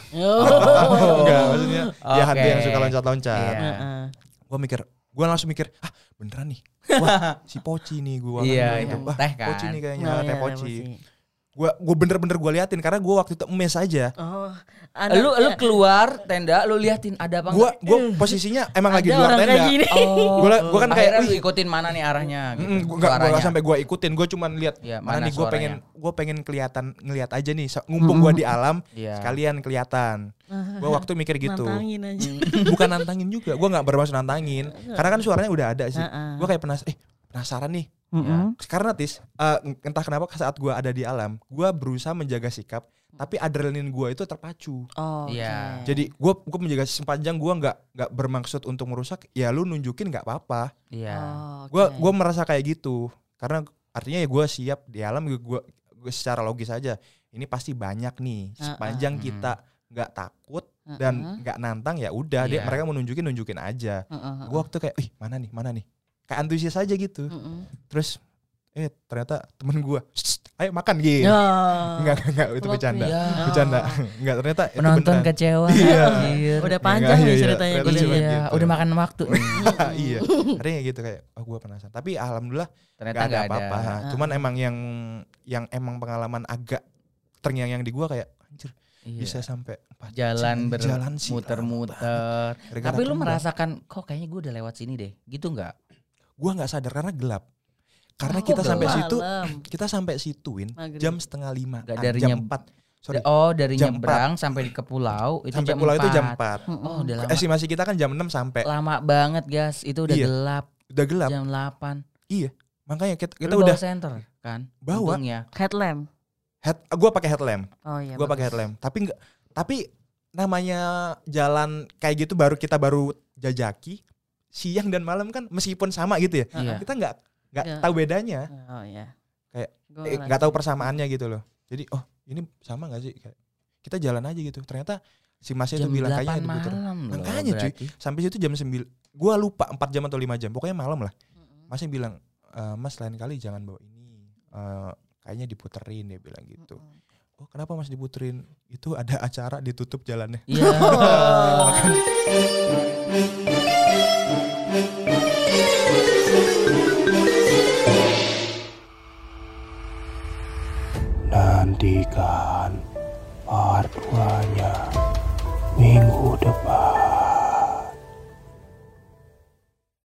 S3: Oh.
S1: Enggak, maksudnya dia hantu
S2: Oke.
S1: yang suka loncat-loncat.
S2: Iya.
S3: Heeh.
S1: Gue mikir, gue langsung mikir, ah beneran nih, wah si Poci nih gue.
S2: Iya,
S1: itu,
S2: itu
S1: wah
S2: teh kan.
S1: Poci nih kayaknya,
S3: Nah,
S1: teh
S3: iya,
S1: Poci.
S3: emosi.
S1: Gue gue bener-bener gue liatin karena gue waktu itu emes aja.
S3: Oh,
S2: Lu lu
S3: anaknya-
S2: keluar tenda, lu liatin ada apa
S1: Gue
S2: enggak?
S1: gue posisinya emang lagi di
S3: ada
S1: luar
S3: orang
S1: tenda.
S3: kayak gini.
S2: Oh.
S1: Gua gua kan kayak,
S2: Akhirnya lu
S1: wih.
S2: ikutin mana nih arahnya gitu.
S1: Mm, gua gak,
S2: suaranya.
S1: sampai gue ikutin, gue cuman lihat
S2: Iya,
S1: mana,
S2: mana
S1: nih gue
S2: suaranya.
S1: pengen gue pengen kelihatan ngelihat aja nih, so- ngumpung gue di alam
S2: Iya.
S1: sekalian kelihatan. Gue waktu mikir gitu,
S3: Nantangin aja.
S1: bukan nantangin juga, gue nggak bermaksud nantangin, karena kan suaranya udah ada sih.
S3: Heeh.
S1: Gue kayak penas, eh penasaran nih,
S3: Mm-mm.
S1: karena tis eh, entah kenapa saat gue ada di alam, gue berusaha menjaga sikap, tapi adrenalin gue itu terpacu.
S3: Oh,
S2: Iya.
S3: oke.
S1: Jadi gue gue menjaga sepanjang gue nggak nggak bermaksud untuk merusak, ya lu nunjukin nggak apa-apa.
S2: Iya.
S3: Oh,
S1: Gue
S3: oke.
S1: gue merasa kayak gitu karena artinya ya gue siap di alam, gue gue secara logis aja ini pasti banyak nih sepanjang
S2: Uh-uh.
S1: kita nggak takut dan
S3: Heeh.
S1: nggak nantang ya udah deh,
S2: Iya.
S1: mereka mau nunjukin nunjukin aja.
S3: Heeh,
S1: Gue waktu kayak ih mana nih mana nih kayak antusias aja gitu.
S3: heeh.
S1: Terus eh ternyata temen gue ayo makan gitu.
S3: Oh.
S1: Enggak enggak itu
S3: Plot
S1: bercanda.
S2: twist.
S3: Oh.
S1: Bercanda. Enggak ternyata itu
S2: Penonton
S1: beneran.
S2: kecewa.
S1: Iya.
S2: Anjir.
S3: Udah
S1: Enggak,
S3: panjang
S1: iya,
S3: nih
S1: iya.
S3: ceritanya
S1: Ternyata
S3: gue
S1: cuma
S3: lihat.
S2: Iya,
S1: gitu.
S2: udah makan waktu.
S1: Iya. Akhirnya gitu kayak oh gue penasaran. Tapi alhamdulillah
S2: Ternyata
S1: gak ada
S2: nggak
S1: apa-apa.
S2: ada.
S1: Cuman emang yang yang emang pengalaman agak terngiang-ngiang di gua kayak anjir
S2: Iya.
S1: bisa sampai empat
S2: Jalan
S1: jam, jalan sih,
S2: bermuter-muter.
S1: lama banget. Gara-gara
S2: Tapi lu
S1: terbang.
S2: merasakan kok kayaknya gue udah lewat sini deh. Gitu enggak?
S1: Gua nggak sadar karena gelap. Karena
S2: Oh,
S1: kita sampai
S2: gelap.
S1: situ
S3: Malam.
S1: kita sampai situin
S3: Maghrib.
S1: jam setengah lima,
S2: Nggak
S1: ah,
S2: dari
S1: jam
S2: nyem-
S1: empat. Sorry.
S2: Oh, dari
S1: Jam
S2: nyebrang sampai ke pulau itu
S1: sampai
S2: jam
S1: pulau itu jam
S2: empat.
S1: empat.
S2: Oh, udah lama.
S1: Estimasi kita kan jam enam sampai
S2: Lama banget, guys. Itu udah
S1: Iya.
S2: gelap.
S1: udah gelap.
S2: Jam delapan.
S1: Iya. Makanya kita, kita
S2: Lu
S1: udah
S2: bawa center kan?
S1: Bawa.
S2: Untungnya.
S3: Headlamp.
S1: head gua pakai headlamp.
S3: Oh iya.
S1: Gua pakai
S3: bagus.
S1: headlamp. Tapi enggak tapi namanya jalan kayak gitu baru kita baru jajaki siang dan malam kan meskipun sama gitu ya.
S2: Iya.
S1: Kita nggak nggak
S3: Iya.
S1: tahu bedanya.
S3: Oh iya.
S1: Kayak,
S3: Gua
S1: Eh,
S3: ngerasain.
S1: nggak tahu persamaannya gitu loh. Jadi oh ini sama nggak sih? Kayak, kita jalan aja gitu. Ternyata si masnya itu
S2: Jam
S1: bilang
S2: delapan
S1: kayaknya diputer.
S2: malam loh.
S1: Makanya, cuy.
S2: berarti.
S1: Sampai situ jam sembilan. Gua lupa empat jam atau lima jam. Pokoknya malam lah.
S3: Mm-mm.
S1: Masnya bilang e, Mas lain kali jangan bawa ini. Eh, kayaknya diputerin dia bilang gitu.
S3: Mm-mm.
S1: Oh kenapa Mas diputerin? Itu ada acara ditutup jalannya.
S2: Iya.
S3: Oh.